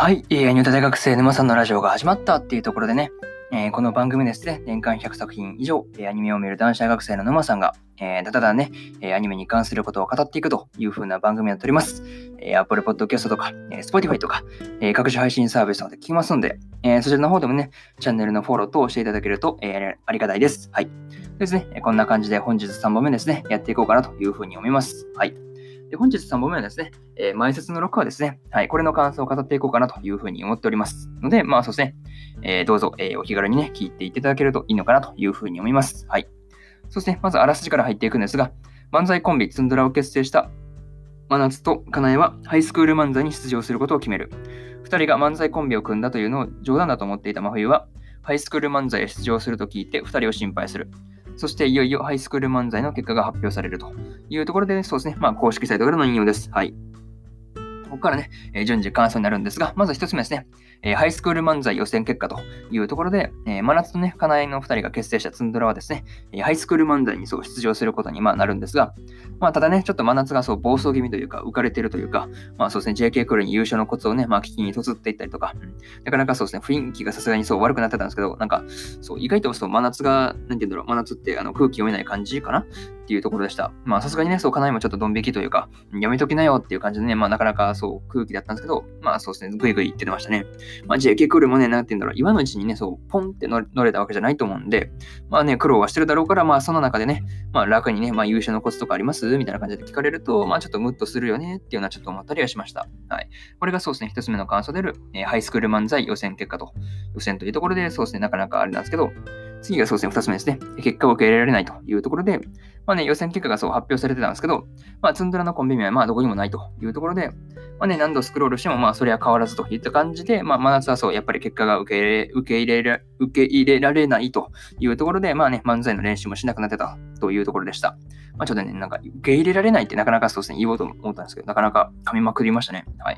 はい、ニュータ大学生沼さんのラジオが始まったっていうところでね、この番組ですね、年間100作品以上、アニメを見る男子大学生の沼さんが、ただね、アニメに関することを語っていくという風な番組を撮ります。Apple Podcast とか、Spotify とか、各種配信サービスなどで聞きますので、そちらの方でもね、チャンネルのフォローとしていただけると、ありがたいです。はい。ですね、こんな感じで本日3本目ですね、やっていこうかなという風に思います。はい。で本日3本目はですね、前説の6話ですね、はい、これの感想を語っていこうかなというふうに思っておりますので、そうですね、どうぞ、お気軽にね、聞いていただけるといいのかなというふうに思います。はい。そして、まずあらすじから入っていくんですが、漫才コンビツンドラを結成した真夏とかなえはハイスクール漫才に出場することを決める。2人が漫才コンビを組んだというのを冗談だと思っていた真冬は、ハイスクール漫才へ出場すると聞いて2人を心配する。そしていよいよハイスクール漫才の結果が発表されるというところで、そうですね、公式サイトからの引用です。はい。ここからね、順次感想になるんですが、まず一つ目ですね、ハイスクール漫才予選結果というところで、真夏とね、かなえの2人が結成したツンドラはですね、ハイスクール漫才にそう出場することになるんですが、ただね、ちょっと真夏がそう暴走気味というか、浮かれているというか、そうですね、JK クールに優勝のコツをね、聞きにとつっていったりとか、なかなかそうですね、雰囲気がさすがにそう悪くなってたんですけど、なんか、そう、意外とそう、真夏が、なんていうんだろう、真夏って空気読めない感じかなっていうところでした。さすがにね、そう、かなえもちょっとドン引きというか、やめときなよっていう感じでね、なかなかそう、空気だったんですけど、そうですね、ぐいぐい言ってましたね。JK クールもね、なんて言うんだろう、今のうちにね、そう、ポンって乗れたわけじゃないと思うんで、苦労はしてるだろうから、その中でね、楽にね、優勝のコツとかありますみたいな感じで聞かれると、ちょっとムッとするよねっていうのはちょっと思ったりはしました。はい。これがそうですね、一つ目の感想である、ハイスクール漫才予選結果と、予選というところで、そうですね、なかなかあれなんですけど、次がそうですね、二つ目ですね、結果を受け入れられないというところで、予選結果がそう発表されてたんですけど、ツンドラのコンビ名はどこにもないというところで、何度スクロールしてもそれは変わらずといった感じで、真夏はそう、やっぱり結果が受け入れられないというところで、漫才の練習もしなくなってたというところでした。ちょっとね、なんか受け入れられないってなかなかそうですね、言おうと思ったんですけど、なかなか噛みまくりましたね。はい。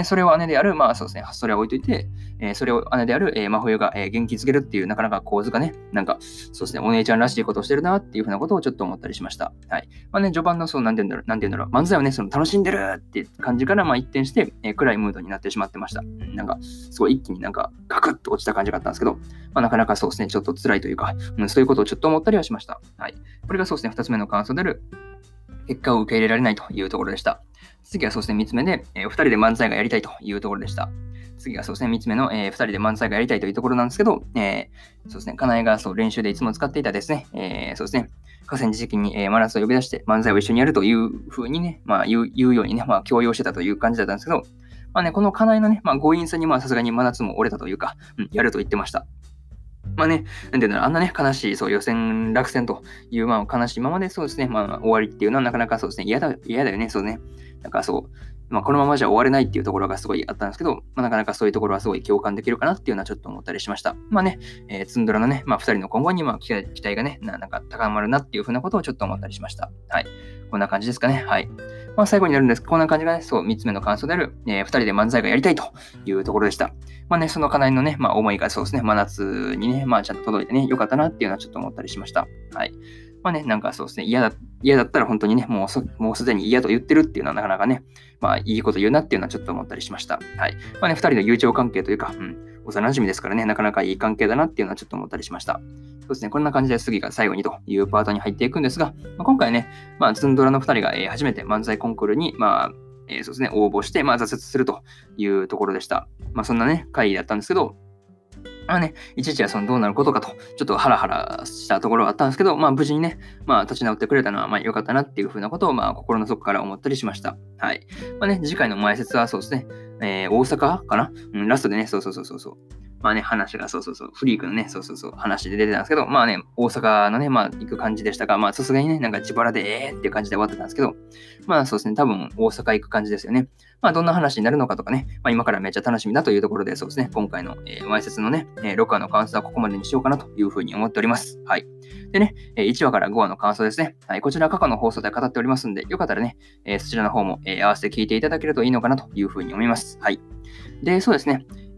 それを姉である、そうですね、それは置いといて、それを姉である、真冬が、元気づけるっていう、なかなか構図がね、なんか、そうですね、お姉ちゃんらしいことをしてるなっていうふうなことをちょっと思ったりしました。はい。序盤のそう、なんて言うんだろう、漫才をね、その楽しんでるって感じから一転して、暗いムードになってしまってました。なんか、すごい一気になんか、ガクッと落ちた感じがあったんですけど、なかなかそうですね、ちょっと辛いというか、そういうことをちょっと思ったりはしました。はい。これがそうですね、二つ目の感想である、結果を受け入れられないというところでした。次はそうですね、三つ目で、二人で漫才がやりたいというところでした。次がそうですね、三つ目の、二人で漫才がやりたいというところなんですけど、そうですね、かなえがそう練習でいつも使っていたですね、そうですね、河川敷に、真夏を呼び出して漫才を一緒にやるというふうにね、言うようにね、強要してたという感じだったんですけど、このかなえのね、強引さにさすがに真夏も折れたというか、やると言ってました。なんていうんだろう、あんなね、悲しい、そう、予選落選という、悲しいままで、そうですね、終わりっていうのはなかなかそうですね、嫌だよね、そうね。なんかそう、このままじゃ終われないっていうところがすごいあったんですけど、なかなかそういうところはすごい共感できるかなっていうのはちょっと思ったりしました。ツンドラのね、二人の今後に期待がね、なんか高まるなっていうふうなことをちょっと思ったりしました。はい。こんな感じですかね。はい。最後になるんです。こんな感じがね、そう、三つ目の感想である、二人で漫才がやりたいというところでした。そのかなえのね、思いがそうですね、真夏にね、ちゃんと届いてね、よかったなっていうのはちょっと思ったりしました。はい。なんかそうですね、嫌だったら本当にね、もうすでに嫌と言ってるっていうのはなかなかね、いいこと言うなっていうのはちょっと思ったりしました。はい。二人の友情関係というか、幼馴染ですからね、なかなかいい関係だなっていうのはちょっと思ったりしました。そうですね、こんな感じで次が最後にというパートに入っていくんですが、今回ね、ツンドラの二人が、初めて漫才コンクールに、そうですね、応募して、挫折するというところでした。そんなね、会議だったんですけど、いちいちはそのどうなることかと、ちょっとハラハラしたところがあったんですけど、無事にね、立ち直ってくれたのは良かったなっていうふうなことを、心の底から思ったりしました。はい。次回の前説はそうですね、大阪かな、ラストでね、そう。話が、フリークのね、話で出てたんですけど、大阪のね、行く感じでしたが、さすがにね、なんか自腹でっていう感じで終わってたんですけど、そうですね、多分大阪行く感じですよね。どんな話になるのかとかね、今からめっちゃ楽しみだというところで、そうですね、今回の、前説のね、6話の感想はここまでにしようかなというふうに思っております。はい。でね、1話から5話の感想ですね。はい、こちら過去の放送で語っておりますんで、よかったらね、そちらの方も、合わせて聞いていただけるといいのかなというふうに思います。はい。で、そうですね、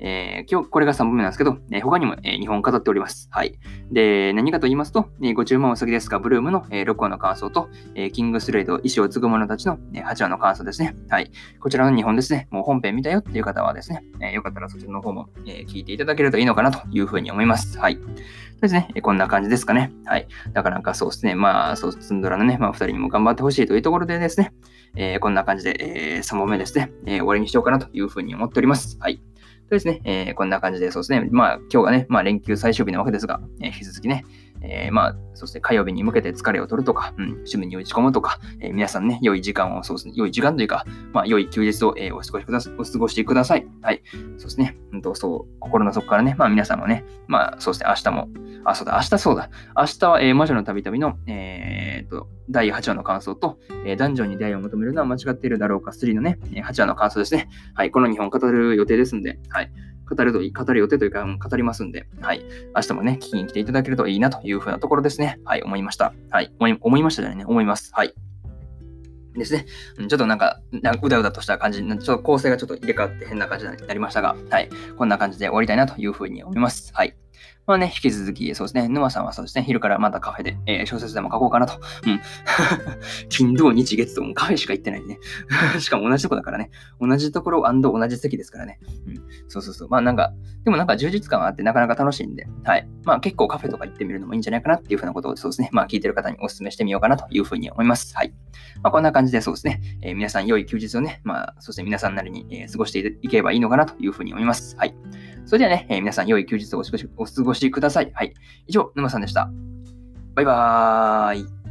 今日これが3本目なんですけど、他にも、2本語っております。はい。で、何かと言いますと、ご注文お先ですが、ブルームの、6話の感想と、キングスレイド、意志を継ぐ者たちの、8話の感想ですね。はい。こちらの2本ですね。もう本編見たよっていう方はですね、よかったらそちらの方も、聞いていただけるといいのかなというふうに思います。はい。ですね、こんな感じですかね。はい。だからなんかそうですね、ツンドラのね、2人にも頑張ってほしいというところでですね、こんな感じで、3本目ですね、終わりにしようかなというふうに思っております。はい。ですね、こんな感じで、そうですね、今日がね、連休最終日なわけですが、引き続きね、そして火曜日に向けて疲れを取るとか、趣味に打ち込むとか、皆さんね、良い時間を、そうですね、良い時間というか、良い休日を、お過ごしください。はい。そうですね、心の底からね、皆さんもね、そうですね、明日も、明日は、魔女のたびたびの、第8話の感想と、ダンジョンに出会いを求めるのは間違っているだろうか3のね、8話の感想ですね。はい、この2本語る予定ですんで、はい。語る予定というか、語りますんで、はい。明日もね、聞きに来ていただけるといいなというふうなところですね。はい、思いました。はい。思いましたじゃないね、思います。はい。ですね。ちょっとなんかうだうだとした感じ、ちょっと構成がちょっと入れ替わって変な感じになりましたが、はい。こんな感じで終わりたいなというふうに思います。はい。引き続き、そうですね、沼さんはそうですね、昼からまたカフェで、小説でも書こうかなと。金土日月ともカフェしか行ってないね。しかも同じとこだからね。同じところ同じ席ですからね。そう。でも充実感があってなかなか楽しいんで、はい。結構カフェとか行ってみるのもいいんじゃないかなっていうふうなことをそうですね、聞いてる方にお勧めしてみようかなというふうに思います。はい。こんな感じでそうですね、皆さん良い休日をね、そして皆さんなりに、過ごしていければいいのかなというふうに思います。はい。それではね、皆さん良い休日をお過ごしください。はい。以上、沼さんでした。バイバーイ。